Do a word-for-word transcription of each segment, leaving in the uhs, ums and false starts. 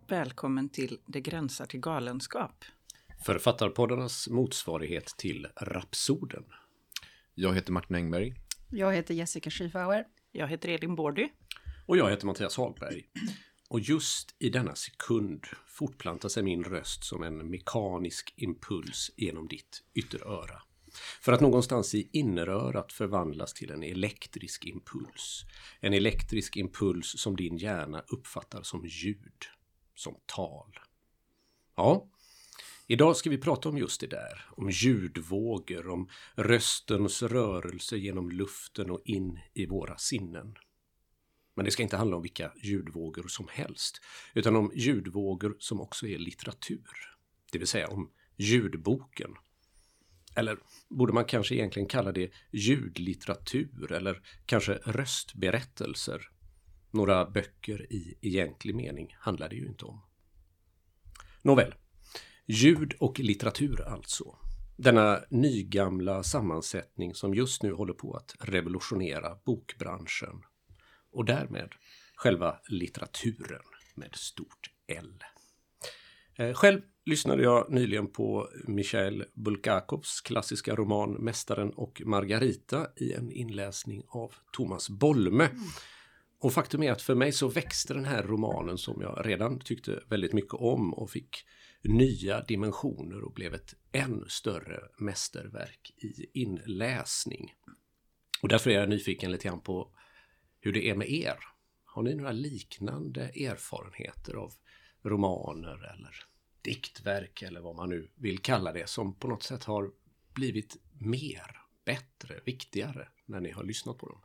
Välkommen till Det gränsar till galenskap. Författarpoddarnas motsvarighet till Rapsoden. Jag heter Martin Engberg. Jag heter Jessica Schiefauer. Jag heter Elin Bordy. Och jag heter Mattias Hagberg. Och just i denna sekund fortplantar sig min röst som en mekanisk impuls genom ditt ytteröra. För att någonstans i innerörat förvandlas till en elektrisk impuls. En elektrisk impuls som din hjärna uppfattar som ljud, som tal. Ja, idag ska vi prata om just det där. Om ljudvågor, om röstens rörelse genom luften och in i våra sinnen. Men det ska inte handla om vilka ljudvågor som helst, utan om ljudvågor som också är litteratur. Det vill säga om ljudboken. Eller borde man kanske egentligen kalla det ljudlitteratur eller kanske röstberättelser. Några böcker i egentlig mening handlar det ju inte om. Nåväl, ljud och litteratur alltså. Denna nygamla sammansättning som just nu håller på att revolutionera bokbranschen. Och därmed själva litteraturen med stort L. Själv lyssnade jag nyligen på Michail Bulgakovs klassiska roman Mästaren och Margarita i en inläsning av Thomas Bolme. Mm. Och faktum är att för mig så växte den här romanen som jag redan tyckte väldigt mycket om och fick nya dimensioner och blev ett än större mästerverk i inläsning. Och därför är jag nyfiken lite grann på hur det är med er. Har ni några liknande erfarenheter av romaner eller diktverk eller vad man nu vill kalla det som på något sätt har blivit mer, bättre, viktigare när ni har lyssnat på dem?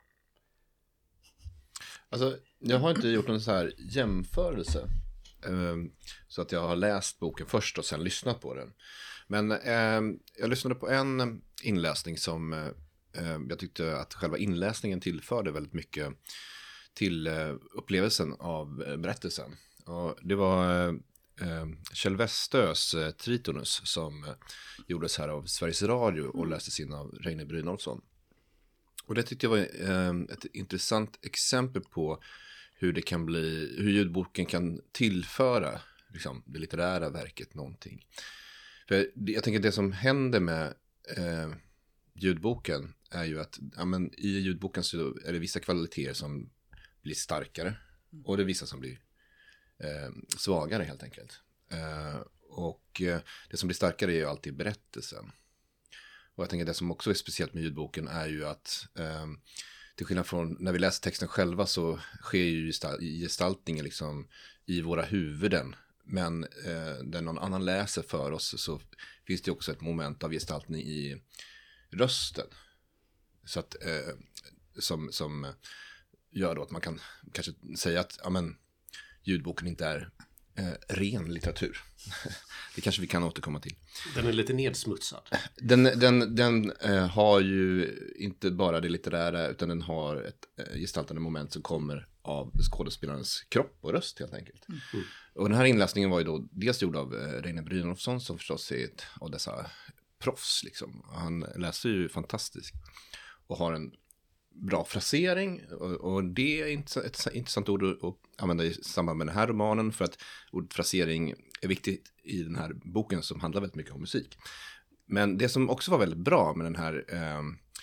Alltså, jag har inte gjort någon så här jämförelse eh, så att jag har läst boken först och sen lyssnat på den. Men eh, jag lyssnade på en inläsning som eh, jag tyckte att själva inläsningen tillförde väldigt mycket till eh, upplevelsen av eh, berättelsen. Och det var eh, Kjell Westös eh, Tritonus som eh, gjordes här av Sveriges Radio och lästes in av Reine Brynolfsson. Och det tyckte jag var eh, ett intressant exempel på hur det kan bli, hur ljudboken kan tillföra liksom, det litterära verket någonting. För jag tänker att det som händer med eh, ljudboken är ju att ja, men, i ljudboken så är det vissa kvaliteter som blir starkare och det är vissa som blir eh, svagare helt enkelt. Eh, och eh, det som blir starkare är ju alltid berättelsen. Och jag tänker att det som också är speciellt med ljudboken är ju att eh, till skillnad från när vi läser texten själva så sker ju gestaltningen liksom i våra huvuden. Men eh, när någon annan läser för oss så finns det också ett moment av gestaltning i rösten. Så att, eh, som, som gör då att man kan kanske säga att ja, men, ljudboken inte är eh, ren litteratur. Det kanske vi kan återkomma till. Den är lite nedsmutsad. Den, den, den eh, har ju inte bara det litterära utan den har ett eh, gestaltande moment som kommer av skådespelarens kropp och röst helt enkelt. Mm. Och den här inläsningen var ju då dels gjord av eh, Reine Brynolfsson som förstås är ett av dessa proffs liksom. Han läser ju fantastiskt och har en bra frasering och, och det är inte ett intressant ord att använda i samband med den här romanen för att ordet frasering är viktigt i den här boken som handlar väldigt mycket om musik. Men det som också var väldigt bra med den här eh,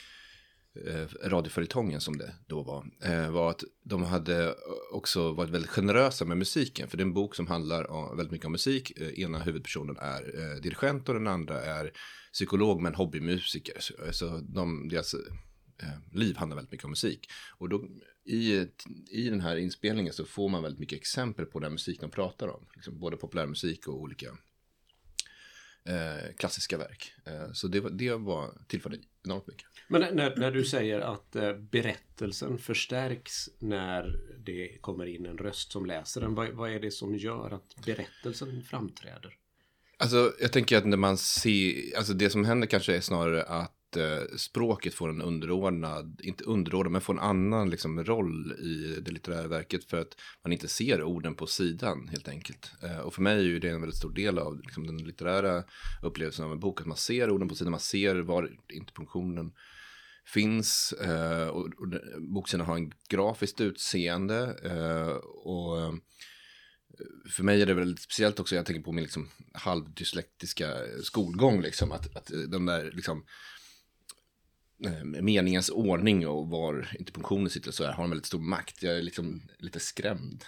radioföljetongen som det då var eh, var att de hade också varit väldigt generösa med musiken för det är en bok som handlar om, väldigt mycket om musik. Eh, ena huvudpersonen är eh, dirigent och den andra är psykolog men hobbymusiker. Så, så de, deras eh, liv handlar väldigt mycket om musik. Och då i, i den här inspelningen så får man väldigt mycket exempel på den musik de pratar om. Liksom både populärmusik och olika eh, klassiska verk. Eh, så det var, det var tillförde enormt mycket. Men när, när du säger att eh, berättelsen förstärks när det kommer in en röst som läser den, vad, vad är det som gör att berättelsen framträder? Alltså jag tänker att när man ser, alltså det som händer kanske är snarare att eh, språket får en underordnad, inte underordnad men får en annan liksom, roll i det litterära verket för att man inte ser orden på sidan helt enkelt. Eh, och för mig är ju det en väldigt stor del av liksom, den litterära upplevelsen av en bok, att man ser orden på sidan, man ser var interpunktionen finns eh, och, och boksidan har en grafiskt utseende eh, och för mig är det väldigt speciellt också, jag tänker på min liksom halvdyslektiska skolgång, liksom, att, att de där liksom, meningens ordning och var interpunktionen sitter så här, har en väldigt stor makt. Jag är liksom lite skrämd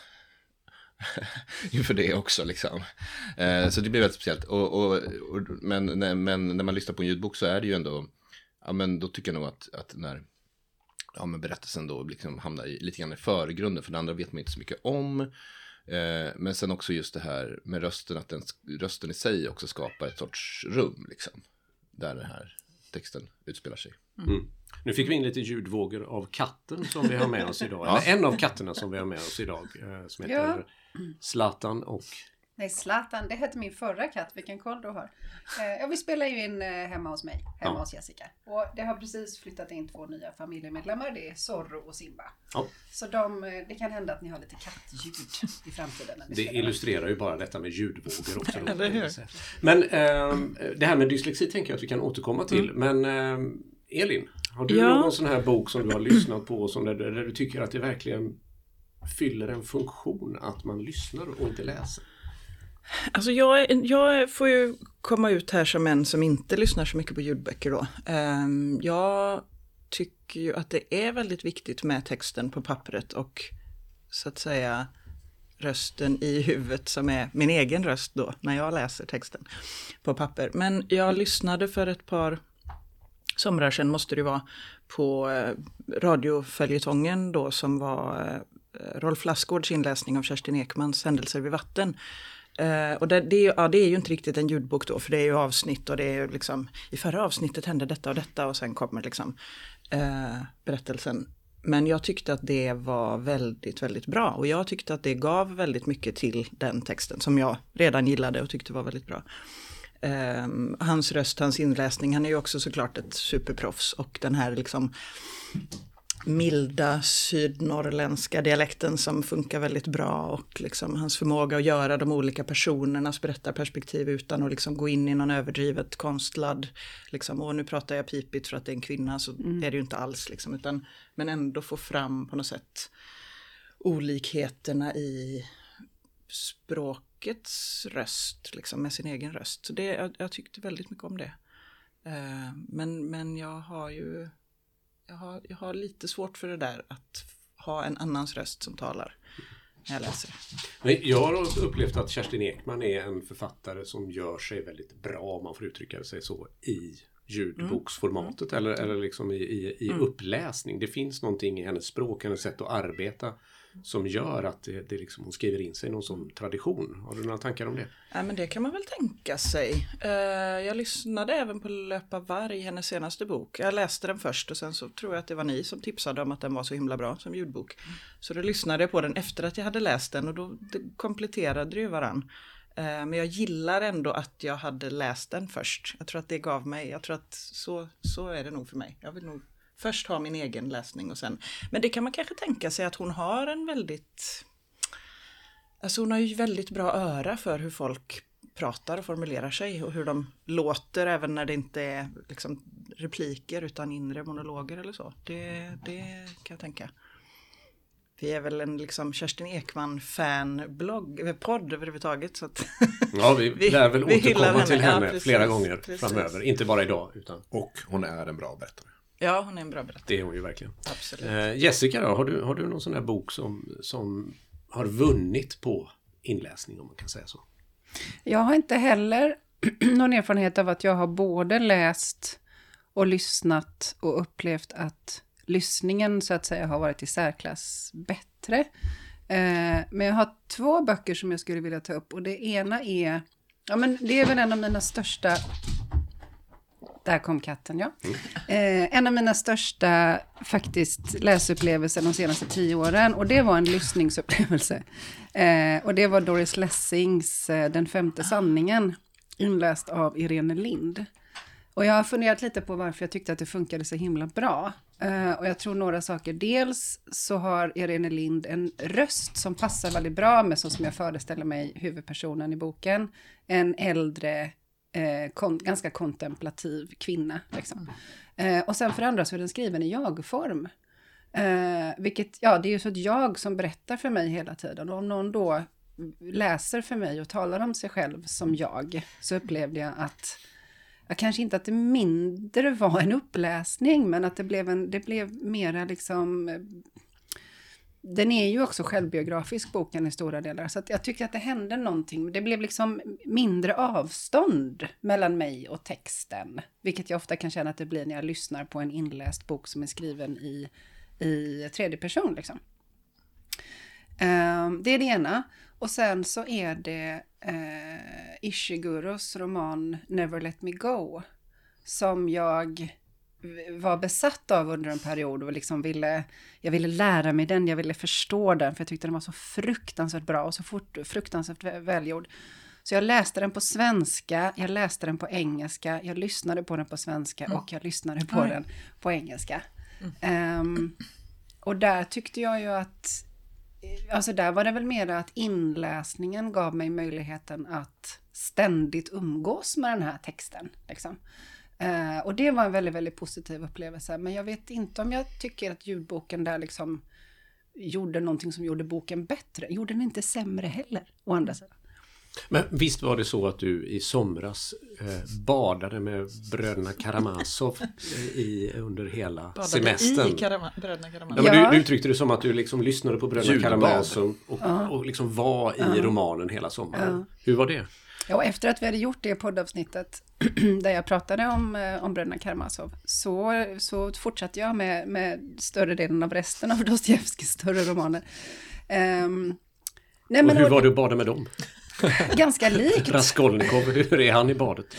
inför det också liksom. Eh, så det blir väldigt speciellt. Och, och, och, men, men när man lyssnar på en ljudbok så är det ju ändå, ja men då tycker jag nog att, att när ja, men berättelsen då liksom hamnar i, lite grann i förgrunden, för det andra vet man inte så mycket om. Eh, men sen också just det här med rösten, att den, rösten i sig också skapar ett sorts rum liksom, där den här texten utspelar sig. Mm. Nu fick vi in lite ljudvågor av katten som vi har med oss idag. Ja. Eller en av katterna som vi har med oss idag. Eh, som heter ja. Zlatan och... Nej, Zlatan, det hette min förra katt. Vilken koll du har. Eh, ja, vi spelar ju in eh, hemma hos mig. Hemma ja. hos Jessica. Och det har precis flyttat in två nya familjemedlemmar. Det är Zorro och Simba. Ja. Så de, det kan hända att ni har lite kattljud i framtiden. Det illustrerar ju bara detta med ljudvågor också. Men eh, det här med dyslexi tänker jag att vi kan återkomma till. Mm. Men eh, Elin, har du ja. någon sån här bok som du har lyssnat på som där, där du tycker att det verkligen fyller en funktion att man lyssnar och inte läser? Alltså jag, jag får ju komma ut här som en som inte lyssnar så mycket på ljudböcker då. Um, jag tycker ju att det är väldigt viktigt med texten på pappret och så att säga rösten i huvudet som är min egen röst då när jag läser texten på papper. Men jag lyssnade för ett par somrar sedan, måste det vara, på eh, radioföljetongen då som var eh, Rolf Lassgårds inläsning av Kerstin Ekmans Händelser vid vatten. Uh, och det, det, ja, det är ju inte riktigt en ljudbok då, för det är ju avsnitt och det är ju liksom, i förra avsnittet hände detta och detta och sen kommer liksom uh, berättelsen. Men jag tyckte att det var väldigt, väldigt bra och jag tyckte att det gav väldigt mycket till den texten som jag redan gillade och tyckte var väldigt bra. Uh, hans röst, hans inläsning, han är ju också såklart ett superproffs och den här liksom milda sydnorrländska dialekten som funkar väldigt bra och liksom hans förmåga att göra de olika personernas berättarperspektiv utan att liksom gå in i någon överdrivet konstlad liksom, och nu pratar jag pipigt för att det är en kvinna, så mm. är det ju inte alls liksom, utan, men ändå få fram på något sätt olikheterna i språkets röst liksom, med sin egen röst. Så det, jag, jag tyckte väldigt mycket om det. Uh, men, men jag har ju Jag har, jag har lite svårt för det där att ha en annans röst som talar när jag läser. Nej, jag har upplevt att Kerstin Ekman är en författare som gör sig väldigt bra, om man får uttrycka sig så, i ljudboksformatet mm. eller, eller liksom i, i, i mm. uppläsning. Det finns någonting i hennes språk, hennes sätt att arbeta som gör att det, det liksom, hon skriver in sig i någon sån tradition. Har du några tankar om det? Ja, men det kan man väl tänka sig. Uh, jag lyssnade även på Löpa varg, hennes senaste bok. Jag läste den först och sen så tror jag att det var ni som tipsade om att den var så himla bra som ljudbok. Mm. Så då lyssnade jag på den efter att jag hade läst den och då det kompletterade det ju varann. Uh, men jag gillar ändå att jag hade läst den först. Jag tror att det gav mig, jag tror att så, så är det nog för mig. Jag vill nog först ha min egen läsning och sen. Men det kan man kanske tänka sig att hon har en väldigt... Alltså hon har ju väldigt bra öra för hur folk pratar och formulerar sig. Och hur de låter även när det inte är liksom repliker utan inre monologer eller så. Det, det kan jag tänka. Vi är väl en liksom Kerstin Ekman-fan-blogg, podd överhuvudtaget. Så att ja, vi, vi lär väl vi återkomma till henne, henne ja, precis, flera gånger precis. framöver. Inte bara idag. Utan... Och hon är en bra berättare. Ja, hon är en bra berättare. Det är hon ju verkligen. Absolut. Eh, Jessica då, har du, har du någon sån här bok som, som har vunnit på inläsning, om man kan säga så? Jag har inte heller någon erfarenhet av att jag har både läst och lyssnat och upplevt att lyssningen så att säga har varit i särklass bättre. Eh, men jag har två böcker som jag skulle vilja ta upp och det ena är, ja men det är väl en av mina största... Där kom katten, ja. Mm. Eh, en av mina största faktiskt läsupplevelser de senaste tio åren. Och det var en lyssningsupplevelse. Eh, och det var Doris Lessings eh, Den femte sanningen. Inläst av Irene Lind. Och jag har funderat lite på varför jag tyckte att det funkade så himla bra. Eh, och jag tror några saker. Dels så har Irene Lind en röst som passar väldigt bra med så som jag föreställer mig huvudpersonen i boken. En äldre... Eh, kon- ganska kontemplativ kvinna liksom. eh, och sen för andra så är den skriven i jag-form, eh, vilket, ja det är ju så att jag som berättar för mig hela tiden och om någon då läser för mig och talar om sig själv som jag, så upplevde jag att jag kanske inte att det mindre var en uppläsning, men att det blev, en, det blev mera liksom... Den är ju också självbiografisk, boken i stora delar. Så att jag tycker att det hände någonting. Det blev liksom mindre avstånd mellan mig och texten. Vilket jag ofta kan känna att det blir när jag lyssnar på en inläst bok som är skriven i, i tredje person. Liksom. Um, det är det ena. Och sen så är det uh, Ishiguros roman Never Let Me Go. Som jag var besatt av under en period och liksom ville, jag ville lära mig den, jag ville förstå den, för jag tyckte den var så fruktansvärt bra och så fort, fruktansvärt välgjord. Så jag läste den på svenska, jag läste den på engelska, jag lyssnade på den på svenska mm. och jag lyssnade på mm. den på engelska. Mm. Um, och där tyckte jag ju att, alltså där var det väl mer att inläsningen gav mig möjligheten att ständigt umgås med den här texten, liksom. Uh, och det var en väldigt, väldigt positiv upplevelse. Men jag vet inte om jag tycker att ljudboken där liksom gjorde någonting som gjorde boken bättre. Gjorde den inte sämre heller, å andra sidan. Men visst var det så att du i somras eh, badade med bröderna Karamazov i, under hela badade semestern? I Karama- bröderna Karamazov. Ja, men ja. du, du uttryckte det som att du liksom lyssnade på bröderna Ljudbad. Karamazov och, ja. och liksom var i ja. romanen hela sommaren. Ja. Hur var det? Ja, och efter att vi hade gjort det poddavsnittet där jag pratade om, om bröderna Karamazov så, så fortsatte jag med, med större delen av resten av Dostojevskijs större romaner. Um, nej, och men hur och, var det att bada med dem? Ganska likt. Raskolnikov, hur är han i badet?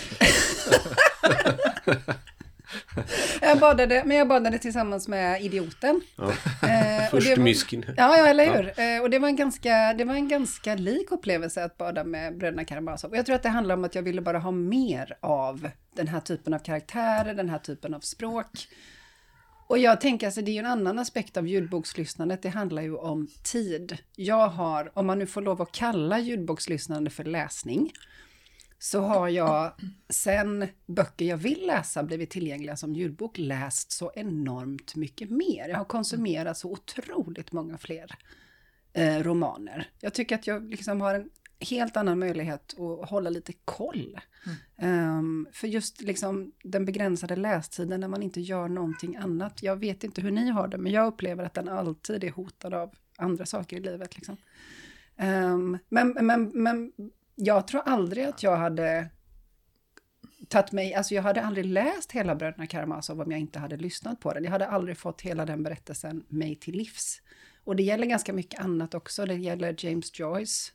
jag badade, men jag badade tillsammans med Idioten. Ja. Eh, Först var, Myskin. Ja, ja, eller hur? Ja. Eh, och det var, en ganska, det var en ganska lik upplevelse att bada med bröderna Karamazov. Och jag tror att det handlar om att jag ville bara ha mer av den här typen av karaktärer, den här typen av språk. Och jag tänker, alltså det är ju en annan aspekt av ljudbokslyssnandet. Det handlar ju om tid. Jag har, om man nu får lov att kalla ljudbokslyssnande för läsning, så har jag sen böcker jag vill läsa blivit tillgängliga som ljudbok läst så enormt mycket mer. Jag har konsumerat så otroligt många fler eh, romaner. Jag tycker att jag liksom har en helt annan möjlighet att hålla lite koll. Mm. Um, för just liksom den begränsade lästiden när man inte gör någonting annat. Jag vet inte hur ni har det, men jag upplever att den alltid är hotad av andra saker i livet. Liksom. Um, men, men, men jag tror aldrig att jag hade tagit mig, alltså jag hade aldrig läst hela Bröderna Karamazov om jag inte hade lyssnat på den. Jag hade aldrig fått hela den berättelsen mig till livs. Och det gäller ganska mycket annat också. Det gäller James Joyce,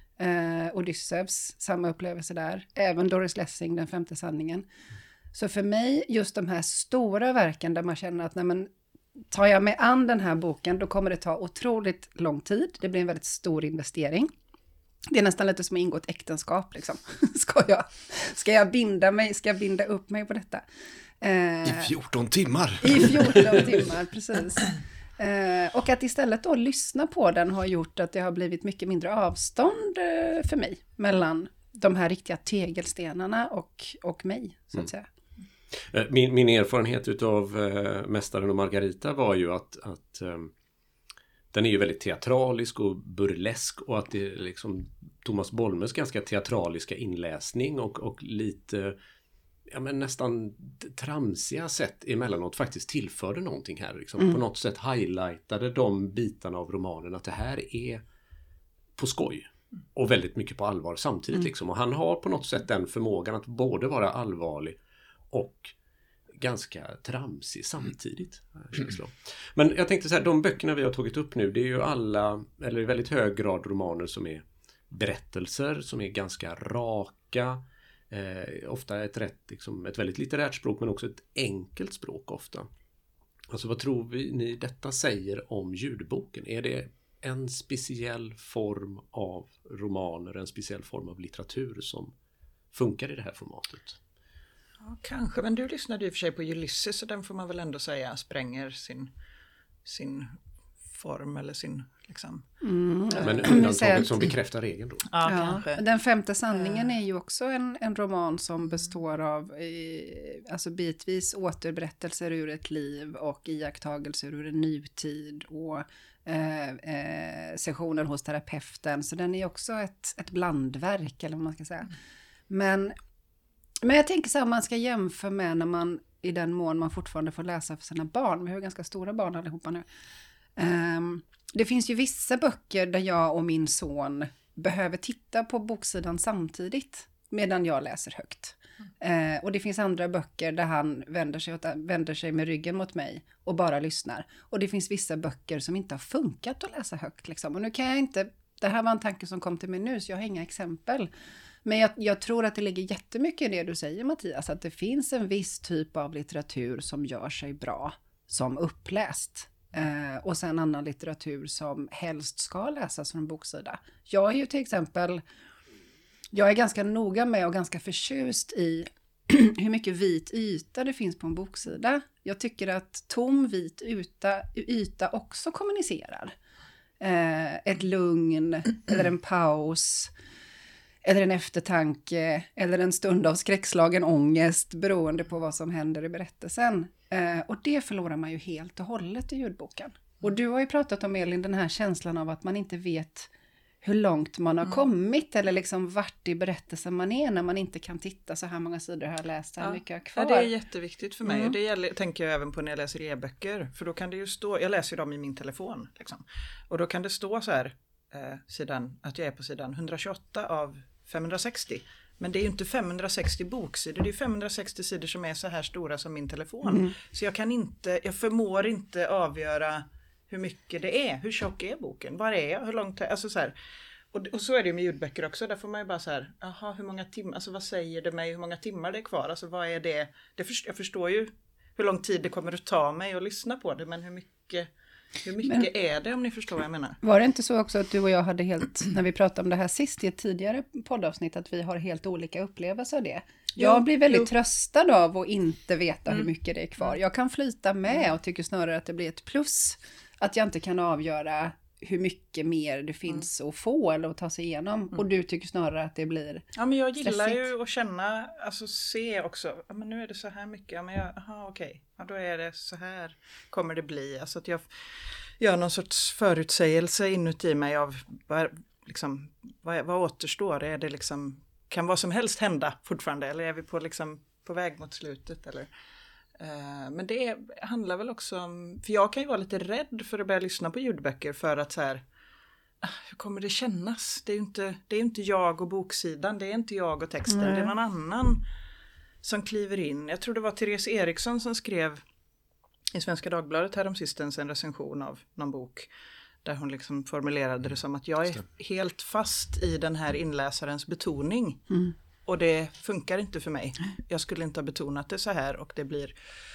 eh, Odysseus, samma upplevelse där. Även Doris Lessing, Den femte sanningen. Så för mig, just de här stora verken där man känner att nej men, tar jag mig an den här boken, då kommer det ta otroligt lång tid. Det blir en väldigt stor investering. Det är nästan lite som att ingå ett äktenskap. Liksom. Ska, jag, ska jag binda mig? Ska jag binda upp mig på detta? Eh, I fjorton timmar. I fjorton timmar, precis. Eh, och att istället då lyssna på den har gjort att det har blivit mycket mindre avstånd eh, för mig. Mellan de här riktiga tegelstenarna och, och mig, så att säga. Min, min erfarenhet utav äh, Mästaren och Margarita var ju att... att äh, den är ju väldigt teatralisk och burlesk och att det är liksom Thomas Bolmes ganska teatraliska inläsning och, och lite ja, men nästan tramsiga sätt emellanåt faktiskt tillförde någonting här. Liksom. Mm. På något sätt highlightade de bitarna av romanen att det här är på skoj och väldigt mycket på allvar samtidigt. Mm. Liksom. Och han har på något sätt den förmågan att både vara allvarlig och ganska tramsig samtidigt. Mm. Men jag tänkte så här, de böckerna vi har tagit upp nu, det är ju alla, eller i väldigt hög grad romaner som är berättelser, som är ganska raka, eh, ofta ett, rätt, liksom, ett väldigt litterärt språk, men också ett enkelt språk ofta. Alltså vad tror vi, ni detta säger om ljudboken? Är det en speciell form av romaner, en speciell form av litteratur som funkar i det här formatet? Ja, kanske, men du lyssnade ju för sig på Ulysses, så den får man väl ändå säga spränger sin, sin form eller sin liksom... Mm. Men undantaget som bekräftar regeln då. Ja, ja, kanske. Den femte sanningen är ju också en, en roman som består av eh, alltså bitvis återberättelser ur ett liv och iakttagelser ur en nutid och eh, eh, sessioner hos terapeuten. Så den är också ett, ett blandverk eller vad man ska säga. Mm. Men, men jag tänker så här, om man ska jämföra med när man i den mån man fortfarande får läsa för sina barn. Vi har ganska stora barn allihopa nu. Um, det finns ju vissa böcker där jag och min son behöver titta på boksidan samtidigt medan jag läser högt. Mm. Uh, och det finns andra böcker där han vänder sig, åt, vänder sig med ryggen mot mig och bara lyssnar. Och det finns vissa böcker som inte har funkat att läsa högt. Liksom. Och nu kan jag inte, det här var en tanke som kom till mig nu så jag har inga exempel. Men jag, jag tror att det ligger jättemycket i det du säger Mattias. Att det finns en viss typ av litteratur som gör sig bra som uppläst. Eh, och sen annan litteratur som helst ska läsas från boksida. Jag är ju till exempel, jag är ganska noga med och ganska förtjust i hur mycket vit yta det finns på en boksida. Jag tycker att tom vit yta, yta också kommunicerar. Eh, ett lugn eller en paus. Eller en eftertanke, eller en stund av skräckslagen ångest, beroende på vad som händer i berättelsen. Eh, och det förlorar man ju helt och hållet i ljudboken. Och du har ju pratat om, Elin, den här känslan av att man inte vet hur långt man har mm. kommit, eller liksom vart i berättelsen man är, när man inte kan titta så här många sidor har jag läst, här ja. mycket jag kvar. Ja, det är jätteviktigt för mig. Mm. Och det gäller, tänker jag även på när jag läser e-böcker. För då kan det ju stå, jag läser ju dem i min telefon. Liksom. Och då kan det stå så här, eh, sidan, att jag är på sidan etthundratjugoåtta av femhundrasextio. Men det är ju inte femhundrasextio boksidor. Det är femhundrasextio sidor som är så här stora som min telefon. Mm. Så jag kan inte, jag förmår inte avgöra hur mycket det är. Hur tjock är boken? Var är jag? Hur långt? Alltså så här. Och, och så är det ju med ljudböcker också. Där får man ju bara så här, aha, hur många timmar, alltså vad säger det mig? Hur många timmar det är kvar? Alltså vad är det? det för, jag förstår ju hur lång tid det kommer att ta mig att lyssna på det. Men hur mycket... Hur mycket men, är det, om ni förstår vad jag menar? Var det inte så också att du och jag hade helt, när vi pratade om det här sist i ett tidigare poddavsnitt, att vi har helt olika upplevelser av det? Jag jo, blir väldigt jo. tröstad av att inte veta mm. hur mycket det är kvar. Jag kan flyta med och tycker snarare att det blir ett plus. Att jag inte kan avgöra hur mycket mer det finns mm. att få eller att ta sig igenom. Mm. Och du tycker snarare att det blir Ja, men jag gillar stressigt. ju att känna, alltså se också, ja, men nu är det så här mycket, ja, men jag, aha, okej, ja, då är det så här kommer det bli. Alltså att jag gör någon sorts förutsägelse inuti mig av liksom, vad, vad återstår. Är det liksom, kan vad som helst hända fortfarande, eller är vi på, liksom, på väg mot slutet, eller... Men det handlar väl också om, för jag kan ju vara lite rädd för att börja lyssna på ljudböcker för att så här, hur kommer det kännas? Det är ju inte, det är inte jag och boksidan, det är inte jag och texten, mm. det är någon annan som kliver in. Jag tror det var Therese Eriksson som skrev i Svenska Dagbladet häromsistens en recension av någon bok där hon liksom formulerade det som att jag är helt fast i den här inläsarens betoning. Mm. Och det funkar inte för mig. Jag skulle inte ha betonat det så här och det blir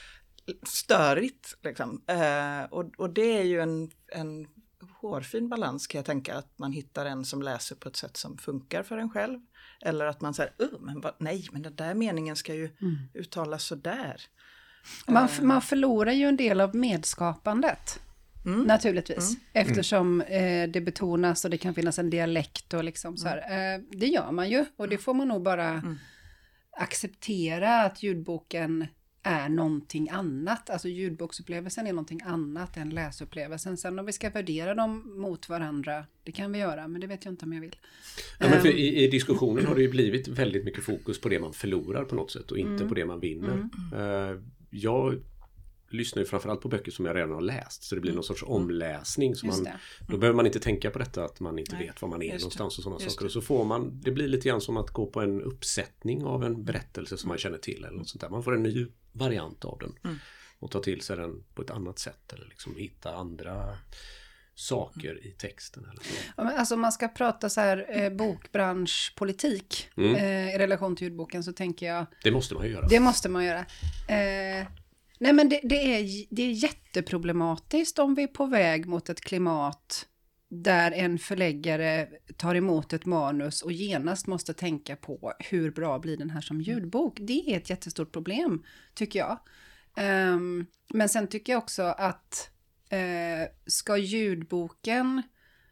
störigt. Liksom. Eh, och, och det är ju en, en hårfin balans, kan jag tänka. Att man hittar en som läser på ett sätt som funkar för en själv. Eller att man säger, uh, men va, nej, men den där meningen ska ju mm. uttalas så där. Man, eh. man förlorar ju en del av medskapandet. Mm. Naturligtvis, mm. eftersom eh, det betonas och det kan finnas en dialekt och liksom så här. Eh, det gör man ju och det får man nog bara mm. acceptera, att ljudboken är någonting annat. Alltså ljudboksupplevelsen är någonting annat än läsupplevelsen. Sen om vi ska värdera dem mot varandra, det kan vi göra, men det vet jag inte om jag vill. Ja, men för i, i diskussionen har det ju blivit väldigt mycket fokus på det man förlorar på något sätt och inte mm. på det man vinner. Mm. Uh, jag lyssnar ju framförallt på böcker som jag redan har läst, så det blir någon sorts omläsning, så man, då behöver man inte tänka på detta att man inte Nej, vet var man är någonstans och sådana saker, och så får man, det blir lite grann som att gå på en uppsättning av en berättelse som man känner till eller något sånt där. Man får en ny variant av den mm. och ta till sig den på ett annat sätt eller liksom hitta andra saker mm. i texten eller så. Ja, men alltså om man ska prata så här eh, bokbranschpolitik mm. eh, i relation till ljudboken, så tänker jag det måste man göra. Det måste man göra. Eh, Nej, men det, det, är, det är jätteproblematiskt om vi är på väg mot ett klimat där en förläggare tar emot ett manus och genast måste tänka på hur bra blir den här som ljudbok. Det är ett jättestort problem, tycker jag. Um, men sen tycker jag också att uh, ska ljudboken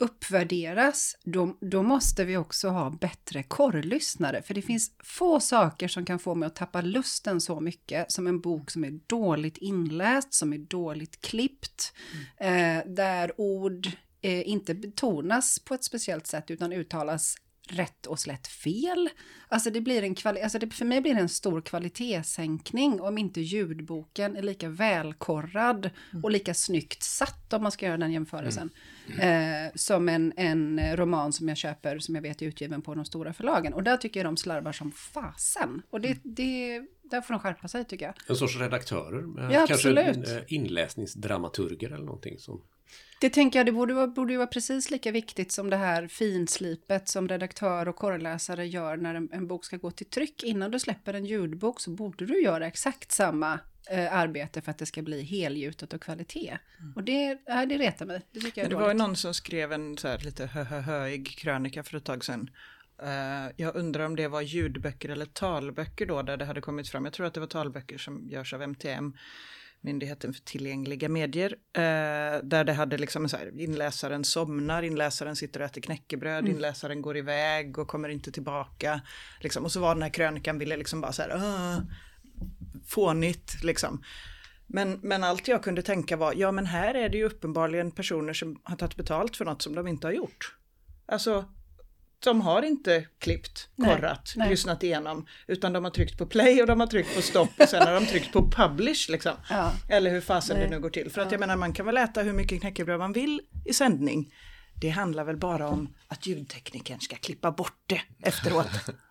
uppvärderas, då, då måste vi också ha bättre korrlyssnare. För det finns få saker som kan få mig att tappa lusten så mycket som en bok som är dåligt inläst, som är dåligt klippt, mm. eh, där ord eh, inte betonas på ett speciellt sätt utan uttalas rätt och slätt fel. Alltså det blir en kvali- alltså det, för mig blir det en stor kvalitetssänkning om inte ljudboken är lika välkorrad mm. och lika snyggt satt, om man ska göra den jämförelsen, mm. Mm. Eh, som en, en roman som jag köper som jag vet är utgiven på de stora förlagen. Och där tycker jag de slarvar som fasen. Och det, det, där får de skärpa sig, tycker jag. En sorts redaktörer, eh, ja, kanske absolut. En, inläsningsdramaturger eller någonting som... Det tänker jag, det borde vara, borde vara precis lika viktigt som det här finslipet som redaktör och korrläsare gör när en, en bok ska gå till tryck. Innan du släpper en ljudbok så borde du göra exakt samma eh, arbete för att det ska bli helgjutet och kvalitet. Mm. Och det, äh, det retar mig. Det, tycker jag är det dåligt. var ju någon som skrev en så här lite hö-hö-höig krönika för ett tag sedan. Uh, jag undrar om det var ljudböcker eller talböcker då där det hade kommit fram. Jag tror att det var talböcker som görs av M T M. Myndigheten för tillgängliga medier, eh, där det hade liksom så här, inläsaren somnar, inläsaren sitter och äter knäckebröd, mm. inläsaren går iväg och kommer inte tillbaka. Liksom. Och så var den här krönikan, ville liksom bara så här, uh, fånigt liksom. Men, men allt jag kunde tänka var, ja men här är det ju uppenbarligen personer som har tagit betalt för något som de inte har gjort. Alltså... De har inte klippt, korrat, nej, nej. lyssnat igenom, utan de har tryckt på play och de har tryckt på stopp och sen har de tryckt på publish liksom. Ja. Eller hur fasen nej. det nu går till. För att jag menar, man kan väl äta hur mycket knäckebröd man vill i sändning. Det handlar väl bara om att ljudteknikern ska klippa bort det efteråt.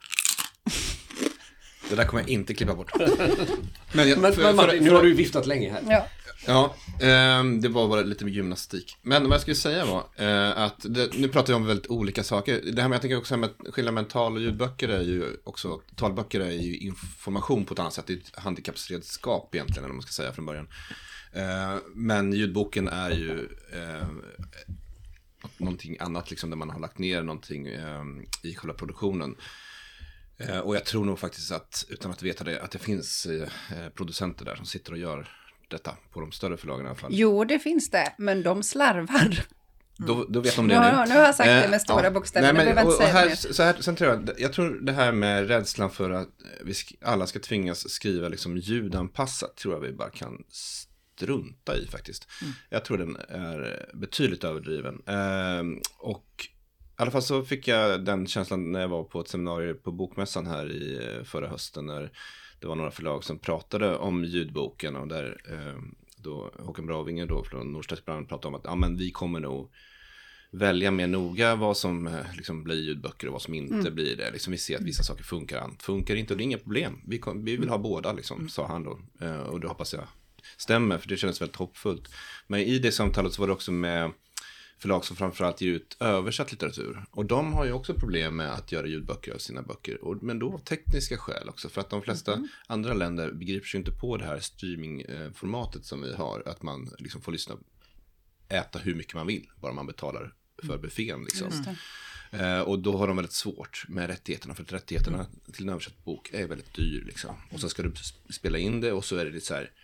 Det där kommer jag inte klippa bort. Men, jag, men, för, men Martin, för, för, nu har du viftat länge här. Ja. Ja, eh, det var bara lite med gymnastik. Men vad jag skulle säga var eh, att det, nu pratar vi om väldigt olika saker. Det här med, jag tänker också med skillnad mellan tal- och ljudböcker är ju också, talböcker är ju information på ett annat sätt. Det är ett handikappsredskap egentligen, eller man ska säga från början. Eh, men ljudboken är ju eh, någonting annat liksom, där man har lagt ner någonting eh, i själva produktionen. Eh, och jag tror nog faktiskt att, utan att veta det, att det finns eh, producenter där som sitter och gör detta på de större förlagen i alla fall. Jo, det finns det, men de slarvar. Mm. Då, då vet de det ja, nu. Nu har jag sagt det med stora eh, bokstäver. Nej, men, och, och här, så här, sen tror jag, jag tror det här med rädslan för att vi alla ska tvingas skriva liksom ljudanpassat, tror jag vi bara kan strunta i faktiskt. Mm. Jag tror den är betydligt överdriven. Eh, och i alla fall så fick jag den känslan när jag var på ett seminarium på Bokmässan här i förra hösten, när det var några förlag som pratade om ljudboken, och där eh, då Håkan Bravinger då från Norstedtsbrand pratade om att ja, men vi kommer nog välja mer noga vad som eh, liksom blir ljudböcker och vad som inte mm. blir det. Liksom, vi ser att vissa saker funkar, annat funkar inte, och det är inga problem. Vi, kom, vi vill ha båda, liksom, mm. sa han då. Eh, och det hoppas jag stämmer, för det kändes väldigt hoppfullt. Men i det samtalet så var det också med förlag som framförallt ger ut översatt litteratur. Och de har ju också problem med att göra ljudböcker av sina böcker. Och, men då av tekniska skäl också. För att de flesta mm. andra länder begriper sig inte på det här streamingformatet som vi har. Att man liksom får lyssna, äta hur mycket man vill, bara man betalar för buffén. Liksom. Uh, och då har de väldigt svårt med rättigheterna. För att rättigheterna mm. till en översatt bok är väldigt dyr. Liksom. Och så ska du spela in det, och så är det lite så här...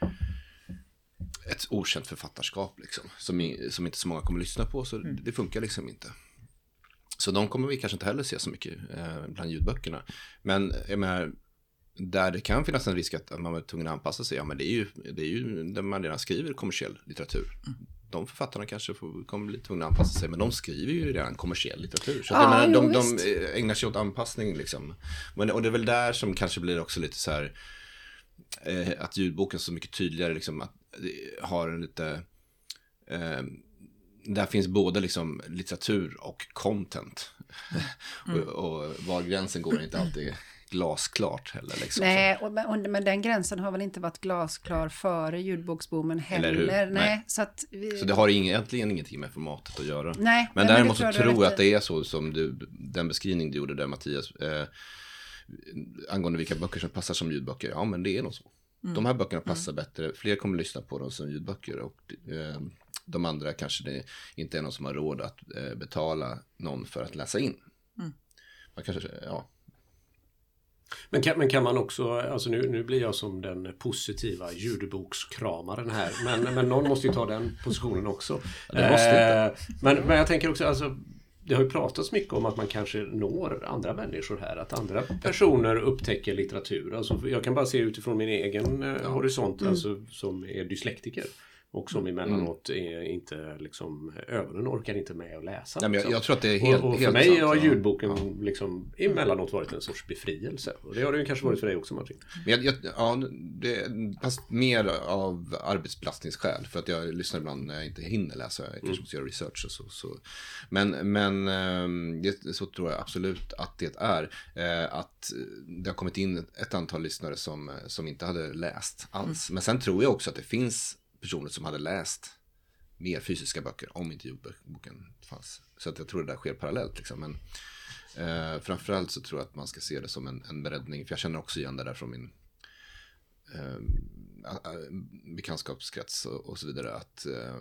ett okänt författarskap liksom, som, som inte så många kommer lyssna på, så mm. det funkar liksom inte. Så de kommer vi kanske inte heller se så mycket eh, bland ljudböckerna. Men jag menar, där det kan finnas en risk att man är tvungen att anpassa sig, ja men det är ju, det är ju där man redan skriver kommersiell litteratur. Mm. De författarna kanske får, kommer bli tvungna att anpassa sig, men de skriver ju redan kommersiell litteratur. Så att, ah, jag menar, jo, de, de ägnar sig åt anpassning liksom. Men, och det är väl där som kanske blir också lite så här, eh, att ljudboken så mycket tydligare liksom, att har en lite eh, där finns både liksom litteratur och content. Mm. och, och var gränsen går är inte alltid glasklart heller liksom. Nej, och, och, men den gränsen har väl inte varit glasklar före ljudboksboomen heller. Nej. Nej, så, att vi... så det har ing, egentligen ingenting med formatet att göra. Nej, men däremot så tror jag att det är så som du, den beskrivning du gjorde där, Mattias, eh, angående vilka böcker som passar som ljudböcker. Ja, men det är nog så. Mm. De här böckerna passar mm. bättre. Fler kommer lyssna på dem som ljudböcker. Och eh, de andra kanske det inte är någon som har råd att eh, betala någon för att läsa in. Mm. Man kanske, ja. Men kan, men kan man också, alltså nu, nu blir jag som den positiva ljudbokskramaren här, men, men någon måste ju ta den positionen också. Det måste eh, men, men jag tänker också, alltså, det har ju pratats mycket om att man kanske når andra människor här, att andra personer upptäcker litteratur. Alltså, jag kan bara se utifrån min egen eh, ja. horisont, mm. alltså, som är dyslektiker. Och som emellanåt är inte liksom, ögonen orkar inte med att läsa. Nej, men jag, jag tror att det är helt, och, och för helt mig sant, har ja. ljudboken liksom, emellanåt varit en sorts befrielse. Och det har det ju kanske varit för dig också, Martin. Men jag, jag, ja, det fast mer av arbetsbelastningsskäl. För att jag lyssnar ibland när jag inte hinner läsa. Jag kanske måste göra research och så. så. Men, men det, så tror jag absolut att det är. Att det har kommit in ett antal lyssnare som, som inte hade läst alls. Men sen tror jag också att det finns personer som hade läst mer fysiska böcker om inte ljudboken fanns. Så att jag tror det där sker parallellt. Liksom. Men eh, framförallt så tror jag att man ska se det som en, en beräddning. För jag känner också igen det där från min eh, bekantskapskrets och, och så vidare. Att eh,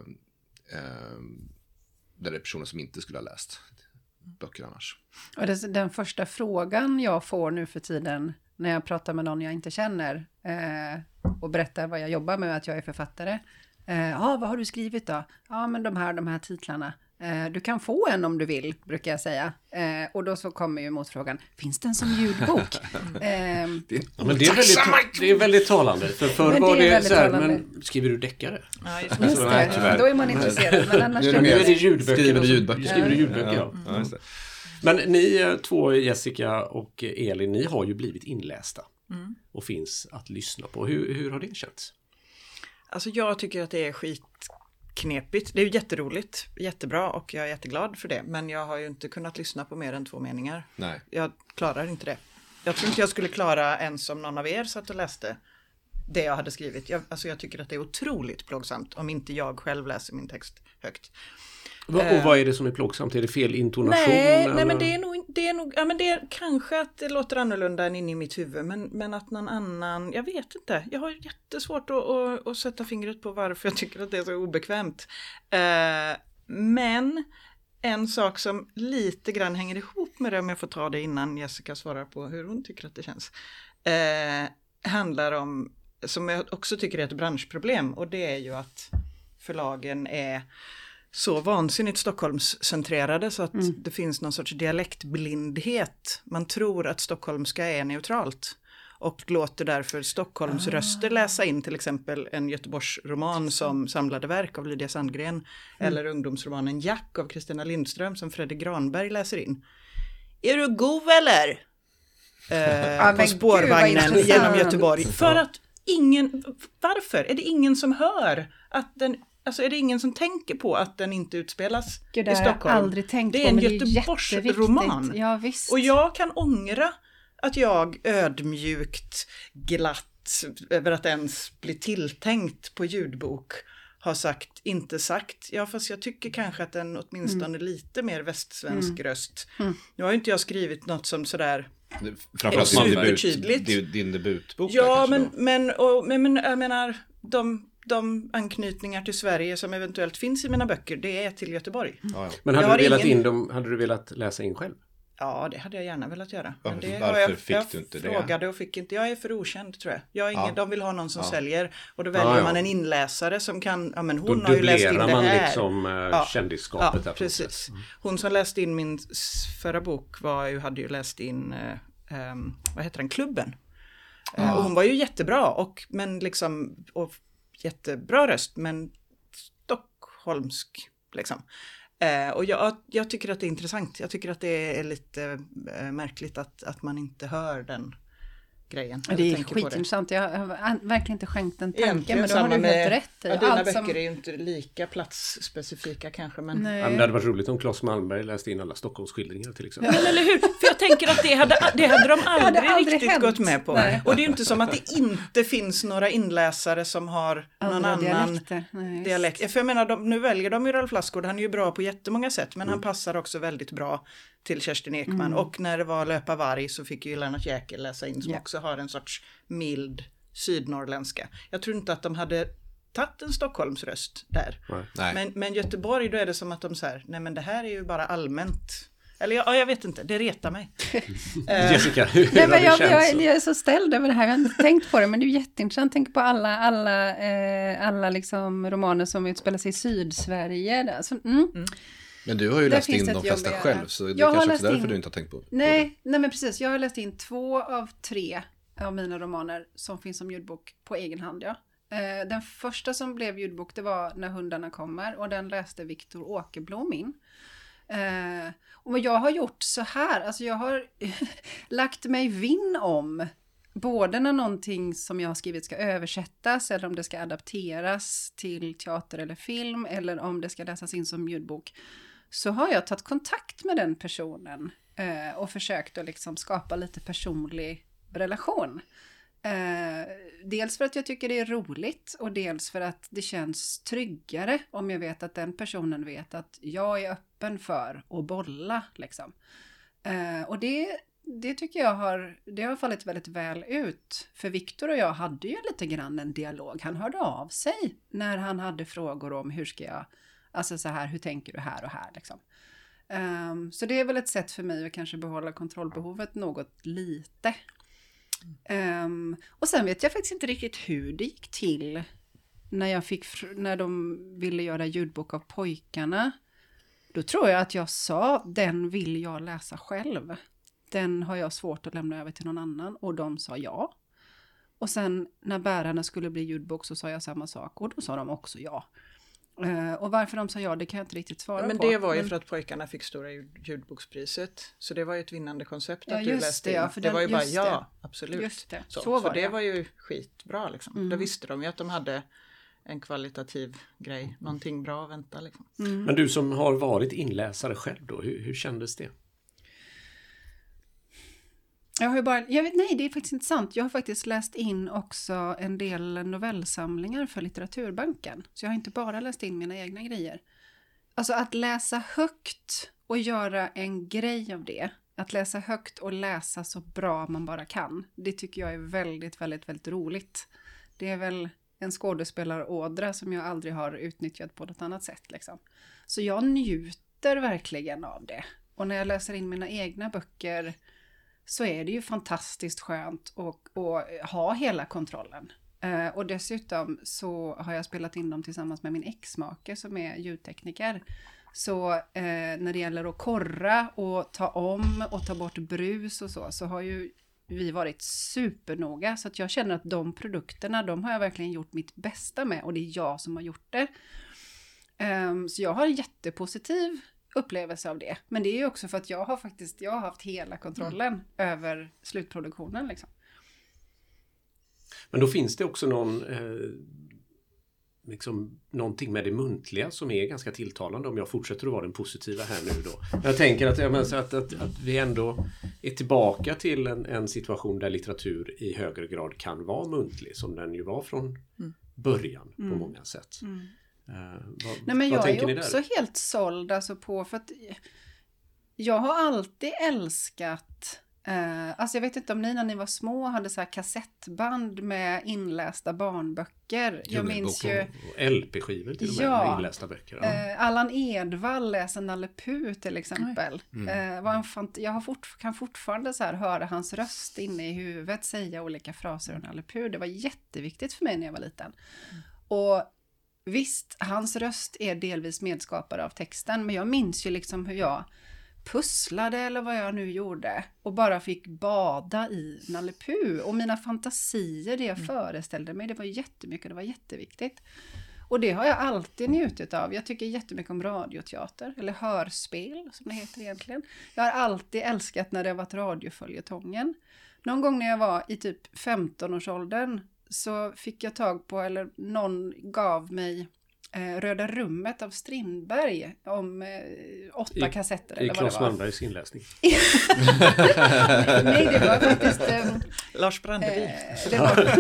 eh, det är personer som inte skulle ha läst böcker annars. Och det, den första frågan jag får nu för tiden när jag pratar med någon jag inte känner eh, och berättar vad jag jobbar med, att jag är författare. Ja, eh, ah, vad har du skrivit då? Ja, men de här, de här titlarna. Eh, du kan få en om du vill, brukar jag säga. Eh, och då så kommer ju motfrågan, finns den som ljudbok? eh, det, ja, men det, är väldigt, det är väldigt talande. För förr var det, det så här, men skriver du deckare? Ja, just, just det. Ja, då är man intresserad. Men annars nu är det, nu är det ljudböcker. Skriver du ljudböcker? Skriver du ljudböcker, ja. ja. ja just det. Men ni två, Jessica och Elin, ni har ju blivit inlästa mm. och finns att lyssna på. Hur, hur har det känts? Alltså jag tycker att det är skitknepigt. Det är ju jätteroligt, jättebra och jag är jätteglad för det. Men jag har ju inte kunnat lyssna på mer än två meningar. Nej. Jag klarar inte det. Jag tror inte jag skulle klara ens om någon av er satt och läste det jag hade skrivit. Jag, alltså jag tycker att det är otroligt plågsamt om inte jag själv läser min text högt. Och vad är det som är plågsamt? Är det fel intonation? Nej, nej men det är nog, det är nog ja, men det är kanske att det låter annorlunda än inne i mitt huvud. Men, men att någon annan, jag vet inte. Jag har jättesvårt att, att, att sätta fingret på varför jag tycker att det är så obekvämt. Eh, men en sak som lite grann hänger ihop med det, om jag får ta det innan Jessica svarar på hur hon tycker att det känns. Eh, handlar om, som jag också tycker är ett branschproblem. Och det är ju att förlagen är så vansinnigt Stockholmscentrerade så att mm. det finns någon sorts dialektblindhet. Man tror att stockholmska är neutralt och låter därför Stockholms ah. röster läsa in till exempel en Göteborgsroman som Samlade verk av Lydia Sandgren mm. eller ungdomsromanen Jack av Kristina Lindström som Fredrik Granberg läser in. Är du god eller? Eh, ah, på spårvagnen Gud, genom Göteborg. För att ingen, varför? Är det ingen som hör att den Alltså är det ingen som tänker på att den inte utspelas Gud, i Stockholm? Aldrig tänkt det är på, en Göteborgsroman. Ja, visst. Och jag kan ångra att jag ödmjukt glatt över att ens bli tilltänkt på ljudbok har sagt, inte sagt. Ja, fast jag tycker kanske att den åtminstone mm. lite mer västsvensk mm. röst. Mm. Nu har ju inte jag skrivit något som sådär framförallt supertydligt. Din, din debutbok. Ja, men, men, och, men, men jag menar, de... de anknytningar till Sverige som eventuellt finns i mina böcker, det är till Göteborg. Ja, ja. Men hade du, velat ingen... in dem, hade du velat läsa in själv? Ja, det hade jag gärna velat göra. Var, men det varför jag, fick jag du inte det? Jag frågade och fick inte. Jag är för okänd tror jag. jag är ingen, ja. De vill ha någon som ja. säljer. Och då väljer ja, ja. man en inläsare som kan, ja men hon då har ju läst in det här. Då dubblerar man liksom äh, ja. kändisskapet. Ja, precis. Mm. Hon som läste in min förra bok var ju, hade ju läst in, äh, um, vad heter den, Klubben. Ja. Uh, och hon var ju jättebra, och, men liksom, och jättebra röst, men stockholmsk liksom. Eh, och jag, jag tycker att det är intressant. Jag tycker att det är lite eh, märkligt att, att man inte hör den grejen. Det är skitintressant. Jag har verkligen inte skänkt en tanke, men då har du helt rätt i. Ja, dina böcker som... är ju inte lika platsspecifika kanske. Men... Nej. Ja, men det hade varit roligt om Claes Malmberg läste in alla Stockholmsskildringar till exempel. Ja, men eller hur? För jag tänker att det hade, det hade de aldrig, hade aldrig riktigt hänt. Gått med på. Nej. Och det är ju inte som att det inte finns några inläsare som har någon andra annan Nej, dialekt. För jag menar, de, nu väljer de ju Ralf Lassgård. Han är ju bra på jättemånga sätt, men mm. han passar också väldigt bra till Kerstin Ekman. Mm. Och när det var Löpa varg så fick ju Lennart Jäkel läsa in som yeah. också har en sorts mild sydnorrländska. Jag tror inte att de hade tagit en Stockholmsröst där. Nej. Men, men Göteborg, då är det som att de säger, nej men det här är ju bara allmänt Eller ja, jag vet inte, det retar mig. Jessica, hur Nej, har men det jag, känts? jag, jag är så ställd över det här, jag har inte tänkt på det, men det är jätteintressant. Tänk på alla, alla, eh, alla liksom romaner som utspelar sig i Sydsverige. Alltså, mm. Mm. Men du har ju Där läst finns in ett de flesta jobb själv, så det är jag kanske också därför in... du inte har tänkt på nej, nej, men precis. Jag har läst in två av tre av mina romaner som finns som ljudbok på egen hand, ja. Eh, den första som blev ljudbok, det var När hundarna kommer, och den läste Viktor Åkerblom in. Eh, och jag har gjort så här, alltså jag har lagt mig vinn om både när någonting som jag har skrivit ska översättas eller om det ska adapteras till teater eller film eller om det ska läsas in som ljudbok, så har jag tagit kontakt med den personen eh, och försökt att liksom skapa lite personlig relation. Eh, dels för att jag tycker det är roligt och dels för att det känns tryggare om jag vet att den personen vet att jag är öppen för att bolla liksom. Eh, och det, det tycker jag har, det har fallit väldigt väl ut. För Viktor och jag hade ju lite grann en dialog. Han hörde av sig när han hade frågor om hur ska jag, alltså så här, hur tänker du här och här liksom. Um, så det är väl ett sätt för mig att kanske behålla kontrollbehovet något lite. Um, och sen vet jag faktiskt inte riktigt hur det gick till när jag fick, när de ville göra ljudbok av pojkarna. Då tror jag att jag sa, den vill jag läsa själv. Den har jag svårt att lämna över till någon annan. Och de sa ja. Och sen när bärarna skulle bli ljudbok så sa jag samma sak. Och då sa de också ja. Uh, och varför de sa ja, det kan jag inte riktigt svara men på. Men det var ju men... för att pojkarna fick stora ljudbokspriset. Så det var ju ett vinnande koncept ja, att du läste det, ja, in. för det den, var ju bara det. ja, absolut. Just det, så, så var för det. det var ju skitbra liksom. Mm. Då visste de ju att de hade en kvalitativ grej. Någonting bra att vänta liksom. Mm. Men du som har varit inläsare själv då, hur, hur kändes det? Jag har ju bara, jag vet, nej det är faktiskt inte sant. Jag har faktiskt läst in också en del novellsamlingar för Litteraturbanken. Så jag har inte bara läst in mina egna grejer. Alltså att läsa högt och göra en grej av det. Att läsa högt och läsa så bra man bara kan. Det tycker jag är väldigt, väldigt, väldigt roligt. Det är väl en skådespelarådra som jag aldrig har utnyttjat på något annat sätt liksom. Så jag njuter verkligen av det. Och när jag läser in mina egna böcker så är det ju fantastiskt skönt att, att ha hela kontrollen. Uh, och dessutom så har jag spelat in dem tillsammans med min exmake som är ljudtekniker. Så uh, när det gäller att korra och ta om och ta bort brus och så, så har ju vi varit supernoga. Så att jag känner att de produkterna, de har jag verkligen gjort mitt bästa med. Och det är jag som har gjort det. Um, så jag har en jättepositiv upplevelse av det. Men det är ju också för att jag har faktiskt jag har haft hela kontrollen mm. över slutproduktionen liksom. Men då finns det också någon eh, liksom någonting med det muntliga som är ganska tilltalande om jag fortsätter att vara den positiva här nu då. Jag tänker att, jag menar, att, att, att vi ändå är tillbaka till en, en situation där litteratur i högre grad kan vara muntlig som den ju var från mm. början på mm. många sätt. Mm. Uh, vad, Nej, men vad jag tänker är ni där? också helt såld alltså på för att jag har alltid älskat uh, alltså jag vet inte om ni när ni var små hade så här kassettband med inlästa barnböcker. Jag minns ju och L P-skivor till och med ja, med inlästa böcker. Ja. Uh, Allan Edwall läser Nalle Puh till exempel. Mm. Uh, var en fant- jag har fort- kan fortfarande så här höra hans röst inne i huvudet säga olika fraser om Nalle Puh. Det var jätteviktigt för mig när jag var liten. Mm. Och visst, hans röst är delvis medskapare av texten. Men jag minns ju liksom hur jag pusslade eller vad jag nu gjorde. Och bara fick bada i Nalle Puh. Och mina fantasier, det jag mm. föreställde mig, det var jättemycket, det var jätteviktigt. Och det har jag alltid njutit av. Jag tycker jättemycket om radioteater. Eller hörspel, som det heter egentligen. Jag har alltid älskat när det har varit radioföljetongen. Någon gång när jag var i typ femton-årsåldern så fick jag tag på, eller någon gav mig eh, Röda rummet av Strindberg om eh, åtta I, kassetter. I eller Claes vad det var. Malmbergs inläsning. Nej, det var faktiskt... Eh, Lars Brandeby. Eh, det var...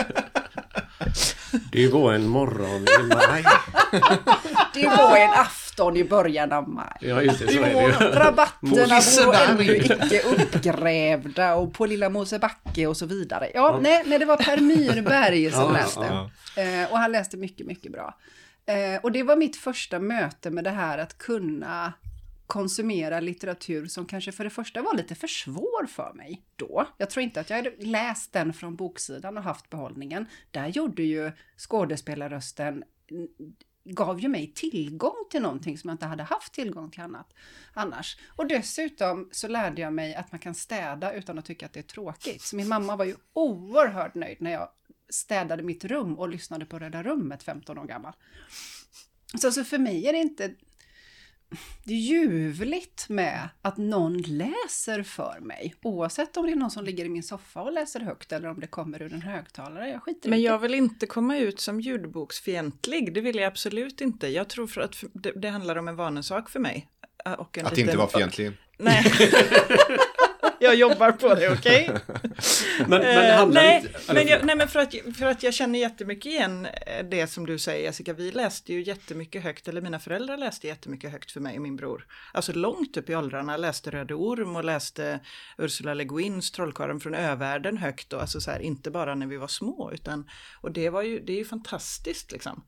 Det var en morgon i maj. Det var en afton i början av maj. Ja, just det, så är det ju. Rabatterna var ännu icke uppgrävda och på Lilla Mosebacke och så vidare. Ja, ja. Nej, nej, det var Per Myrberg som ja, läste. Ja. Eh, och han läste mycket, mycket bra. Eh, och det var mitt första möte med det här att kunna konsumera litteratur som kanske för det första var lite för svår för mig då. Jag tror inte att jag hade läst den från boksidan och haft behållningen. Där gjorde ju skådespelarrösten, gav ju mig tillgång till någonting som jag inte hade haft tillgång till annat annars. Och dessutom så lärde jag mig att man kan städa utan att tycka att det är tråkigt. Så min mamma var ju oerhört nöjd när jag städade mitt rum och lyssnade på Röda rummet femton år gammal. Så, så för mig är det inte... Det är ljuvligt med att någon läser för mig. Oavsett om det är någon som ligger i min soffa och läser högt eller om det kommer ur en högtalare. Jag skiter Men inte. jag vill inte komma ut som ljudboksfientlig. Det vill jag absolut inte. Jag tror för att det, det handlar om en vanesak för mig. Och en Att liten, inte vara fientlig. Nej. Jag jobbar på det, okej? Okay? Men, men handlar nej, inte... men, jag, nej, men för att, för att jag känner jättemycket igen det som du säger, Jessica. Vi läste ju jättemycket högt, eller mina föräldrar läste jättemycket högt för mig och min bror. Alltså långt upp i åldrarna läste Röde Orm och läste Ursula Le Guins Trollkarlen från övärlden högt. Och alltså så här, inte bara när vi var små, utan, och det, var ju, det är ju fantastiskt liksom.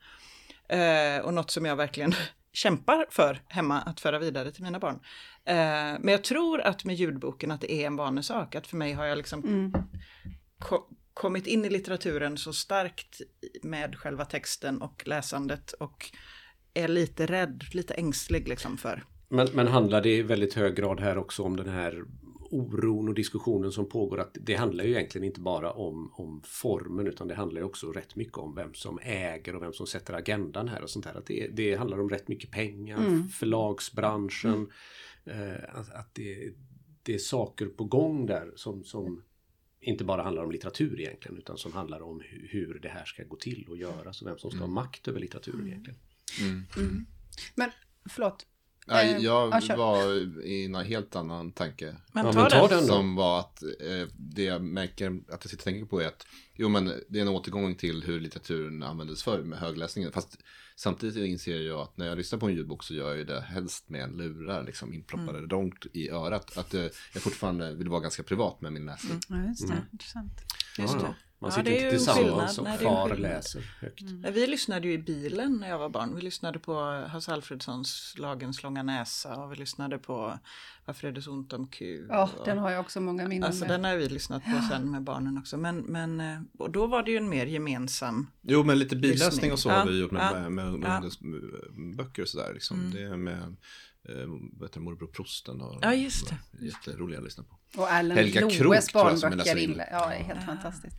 Eh, och något som jag verkligen... kämpar för hemma att föra vidare till mina barn. Eh, men jag tror att med ljudboken att det är en vanesak. Att för mig har jag liksom mm. ko- kommit in i litteraturen så starkt med själva texten och läsandet och är lite rädd, lite ängslig liksom för. Men, men handlar det i väldigt hög grad här också om den här oron och diskussionen som pågår, att det handlar ju egentligen inte bara om, om formen, utan det handlar ju också rätt mycket om vem som äger och vem som sätter agendan här och sånt här. Att det, det handlar om rätt mycket pengar, mm. förlagsbranschen, mm. eh, att, att det, det är saker på gång där som, som inte bara handlar om litteratur egentligen, utan som handlar om hur, hur det här ska gå till och göras och vem som ska mm. ha makt över litteraturen egentligen. Mm. Mm. Men, förlåt. Nej, Eh, jag ja, var i en helt annan tanke. Men Ja, ta men ta den. den då. Som var att eh, det jag märker att jag sitter och tänker på är att jo, men det är en återgång till hur litteraturen användes förr med högläsningen. Fast samtidigt inser jag att när jag lyssnar på en ljudbok så gör jag det helst med lurar liksom inploppade mm. långt i örat. Att eh, jag fortfarande vill vara ganska privat med min läsning. Ja, just det. Mm. Intressant. Just Ja, det. ja. Man Ja, sitter det är inte ju en tillsammans skillnad. och Nej, det är en far skillnad. läser högt. Mm. Vi lyssnade ju i bilen när jag var barn. Vi lyssnade på Hasse Alfredsons Lagens långa näsa och vi lyssnade på Varför är det så ont om Q. Ja, och... den har jag också många minnen Alltså med. den har vi lyssnat på sen med barnen också. Men, men, och då var det ju en mer gemensam... Jo, men lite biläsning lyssning. och så Ja, har vi gjort med, ja, med, med, med, ja. med böcker och sådär. Liksom. Mm. Det är med äh, vad heter Morbror Prosten. Och, Ja, just det. Jätteroliga att lyssna på. Och Allen Helga Krook, Loes tror jag, som jag barnböcker läser in. inle. Ja, det är helt fantastiskt.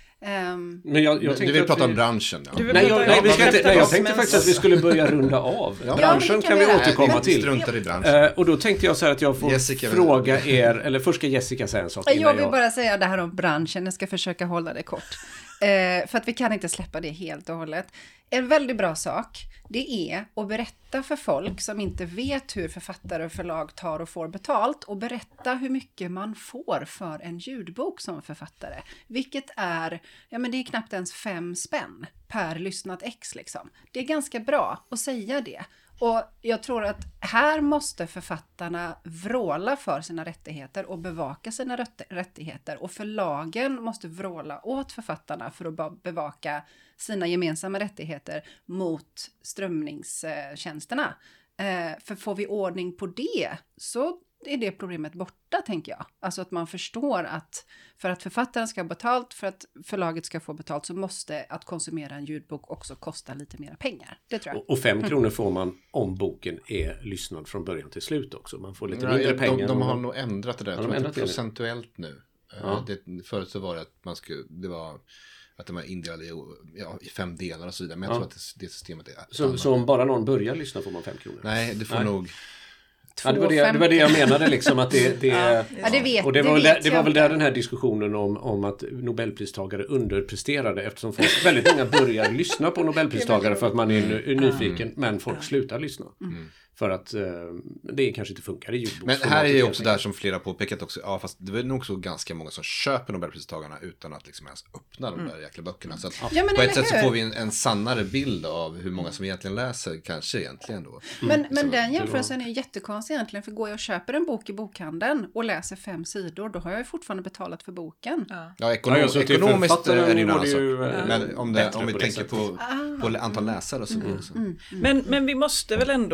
Um, Men jag, jag Du vill att prata vi... om branschen. Ja. Du vill Nej, jag, prata nej, om- vi ska inte, nej, jag Berätta tänkte oss, faktiskt men- att vi skulle börja runda av. Ja. Branschen Ja, kan vi det kan vi återkomma Nej, vi till. struntar i branschen. Eh, och då tänkte jag så här att jag får Jessica, fråga er, eller först ska Jessica säga en sak innan jag vill jag... bara säga det här om branschen. Jag ska försöka hålla det kort. Eh, för att vi kan inte släppa det helt och hållet. En väldigt bra sak, det är att berätta för folk som inte vet hur författare och förlag tar och får betalt, och berätta hur mycket man får för en ljudbok som författare. Vilket är, ja men det är knappt ens fem spänn per lyssnat ex liksom. Det är ganska bra att säga det. Och jag tror att här måste författarna vråla för sina rättigheter och bevaka sina rätt- rättigheter. Och förlagen måste vråla åt författarna för att ba- bevaka sina gemensamma rättigheter mot strömningstjänsterna. Eh, för får vi ordning på det så är det problemet borta, tänker jag. Alltså att man förstår att för att författaren ska ha betalt, för att förlaget ska få betalt, så måste att konsumera en ljudbok också kosta lite mer pengar. Det tror jag. Och, och fem kronor får man om boken är lyssnad från början till slut också. Man får lite Ja, mindre de, pengar. de, de och- har nog ändrat det där. Har Jag de tror ändrat att det det är nu? procentuellt nu. Ja. Det, förut så var det att man skulle, det var att de var indelade i, ja, i fem delar och så vidare. Men jag Ja. tror att det, det systemet är Så, annat. så om bara någon börjar lyssna får man fem kronor? Nej, det får Nej. nog... Ja, det, var det, det var det jag menade liksom att det, det, Ja, Ja, det vet, och det var, väl, vet där, det var jag väl inte. där den här diskussionen om, om att Nobelpristagare underpresterade, eftersom folk, väldigt många börjar lyssna på Nobelpristagare för att man är ny- nyfiken, men folk slutar lyssna. För att eh, det kanske inte funkar i ljudboksformatet. Men här är ju helt också enkelt. där som flera påpekat också, ja fast det är nog också ganska många som köper Nobelpristagarna utan att liksom ens öppna de där jäkla böckerna. Så att Ja, men på ett eller sätt så hur? får vi en, en sannare bild av hur många som egentligen läser, kanske egentligen då. Men, men Så den det jämförelsen är ju jättekonstig egentligen, för går jag och köper en bok i bokhandeln och läser fem sidor, då har jag ju fortfarande betalat för boken. Ja. Ja, ekonom, Ja, så till ekonomiskt författaren är det ju en går annan det sak. ju, eh, Men om, det, bättre om vi på det tänker sättet. på, på antal läsare och så vidare. Så. Men, men vi måste väl ändå, alltså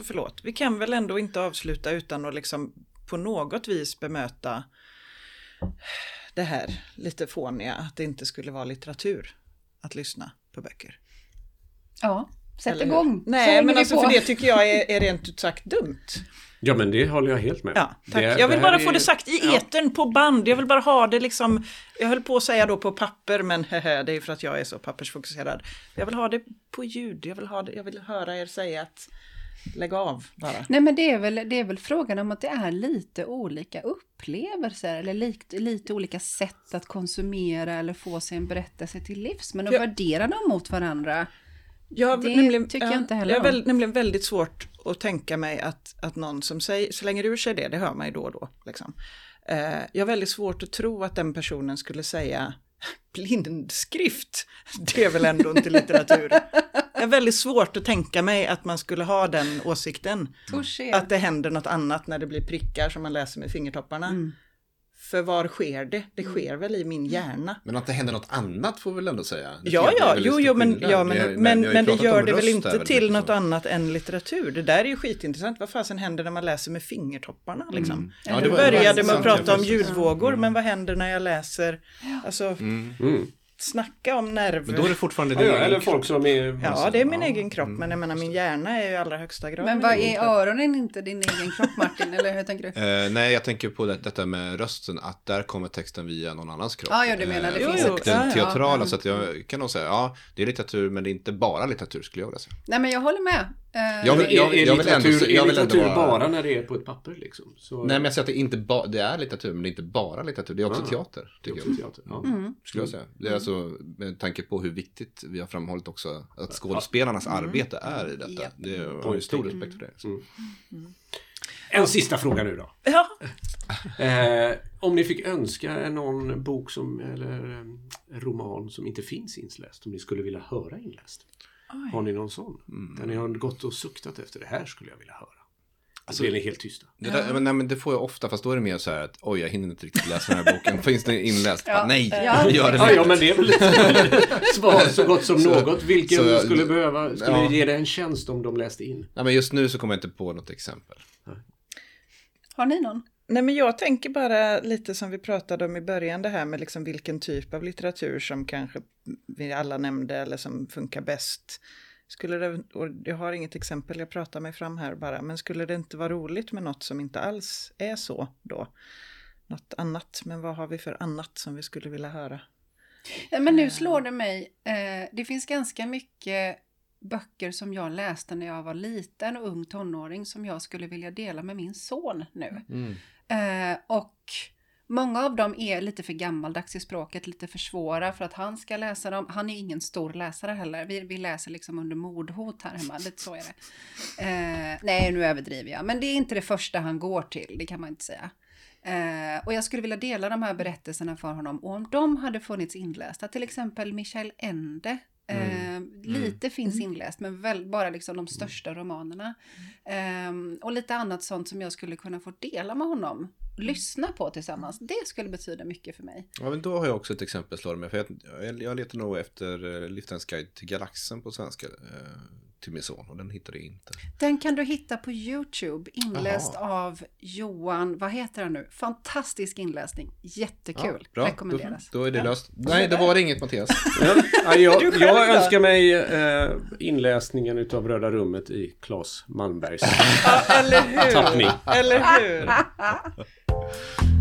förlåt, vi kan väl ändå inte avsluta utan att liksom på något vis bemöta det här lite fåniga, att det inte skulle vara litteratur att lyssna på böcker. Ja, sätt Eller igång. Nej, men alltså för det tycker jag är, är rent ut sagt dumt. Ja, men det håller jag helt med. Ja, tack. Det, jag vill det bara är... få det sagt i ja. etern på band. Jag vill bara ha det liksom, jag höll på att säga då på papper, men hehe, det är för att jag är så pappersfokuserad. Jag vill ha det på ljud. Jag vill ha det, jag vill höra er säga att lägg av bara. Nej, men det är väl, det är väl frågan om att det är lite olika upplevelser eller lite, lite olika sätt att konsumera eller få sig en berättelse till livs. Men att Ja. värdera dem mot varandra, Jag, det nämligen, tycker ja, jag inte heller Jag är om. väl, nämligen väldigt svårt att tänka mig att, att någon som säger, slänger ur sig det, det hör man ju då och då. Liksom. Eh, jag har väldigt svårt att tro att den personen skulle säga blindskrift, det är väl ändå inte litteratur. Det är väldigt svårt att tänka mig att man skulle ha den åsikten. Touché. Att det händer något annat när det blir prickar som man läser med fingertopparna. Mm. För var sker det? Det sker väl i min hjärna. Men att det händer något annat får vi väl ändå säga. Det Ja, tycker jag ja, är väldigt jo, stor jo, men, skillnad. ja, Vi men, har- men, vi har ju men det pratat gör om det väl röst inte där väldigt till mycket något så. annat än litteratur. Det där är ju skitintressant. Vad fasen händer när man läser med fingertopparna? Liksom? Mm. Ja, det du var- började med att intressant, prata om ja, precis. ljudvågor, men vad händer när jag läser? Alltså, Mm. Mm. snacka om nerver. Men då är det fortfarande Ja, din ja, egen eller kropp. folk som är... Ja, det är min Ja. egen kropp, men jag menar min hjärna är ju i allra högsta grad Men min vad egen är kropp. öronen inte din egen kropp, Martin? Eller hur tänker du? Eh, nej, jag tänker på det, detta med rösten, att där kommer texten via någon annans kropp. Ja, ja, du menar, det Eh, finns och ett- den ja, ja. teatrala, Ja. så att jag kan nog säga, ja, det är litteratur, men det är inte bara litteratur skulle jag vilja säga. Nej, men jag håller med. Eh, Jag vill- Är, är jag vill ändå- litteratur, jag är vill ändå litteratur vara- bara när det är på ett papper liksom? Så... Nej, men jag säger att det inte ba- det är litteratur, men det är inte bara litteratur, det är också Ja. teater, Det är tycker också jag. teater. Ja. Mm. Skulle jag säga. Det är alltså med tanke på hur viktigt vi har framhållit också att skådespelarnas arbete är i detta. Ja. Det är, jag har ju stor respekt för det. Mm. En sista fråga nu då. Ja, Eh, om ni fick önska någon bok som, eller eh, roman som inte finns insläst, om ni skulle vilja höra inläst. Oj. Har ni någon sån? Mm. Där ni har gått och suktat efter det här skulle jag vilja höra. Alltså- Så blir ni helt tysta. Det, där, men, nej, men det får jag ofta, fast då är det mer så här att oj, jag hinner inte riktigt läsa den här boken. Finns det inläst? Ja. Ah, nej, Ja. gör det Ja, inte. ja, men det är väl svar så gott som Så- något. Vilken så jag- skulle behöva, skulle ja. ge det en tjänst om de läste in? Nej, men just nu så kommer jag inte på något exempel. Har ni någon? nej men jag tänker bara lite som vi pratade om i början det här med liksom vilken typ av litteratur som kanske vi alla nämnde eller som funkar bäst. Skulle det, och jag har inget exempel, jag pratar mig fram här bara, men skulle det inte vara roligt med något som inte alls är så då? Något annat, men vad har vi för annat som vi skulle vilja höra? Ja, men nu slår det mig. Eh, det finns ganska mycket böcker som jag läste när jag var liten och ung tonåring som jag skulle vilja dela med min son nu. Eh, och många av dem är lite för gammaldags i språket, lite för svåra för att han ska läsa dem. Han är ingen stor läsare heller. Vi, vi läser liksom under mordhot här hemma, lite så är det. Eh, nej, nu överdriver jag. Men det är inte det första han går till, det kan man inte säga. Eh, och jag skulle vilja dela de här berättelserna för honom. Och om de hade funnits inlästa, till exempel Michael Ende. Eh, lite finns inläst, men väl bara liksom de största romanerna. Eh, och lite annat sånt som jag skulle kunna få dela med honom. Lyssna på tillsammans. Det skulle betyda mycket för mig. Ja, men då har jag också ett exempel slår det mig. För jag, jag, jag letar nog efter eh, Liftarens guide till galaxen på svenska eh, till min son. Och den hittade jag inte. Den kan du hitta på YouTube. Inläst av Johan, vad heter han nu? Fantastisk inläsning. Jättekul. bra. Rekommenderas. Då, då är det löst. Nej, det var det inget, Mattias. Ja, ja, jag, Du själv jag då? önskar mig eh, inläsningen utav Röda rummet i Claes Malmbergs Ja, eller hur? tappning. Eller hur?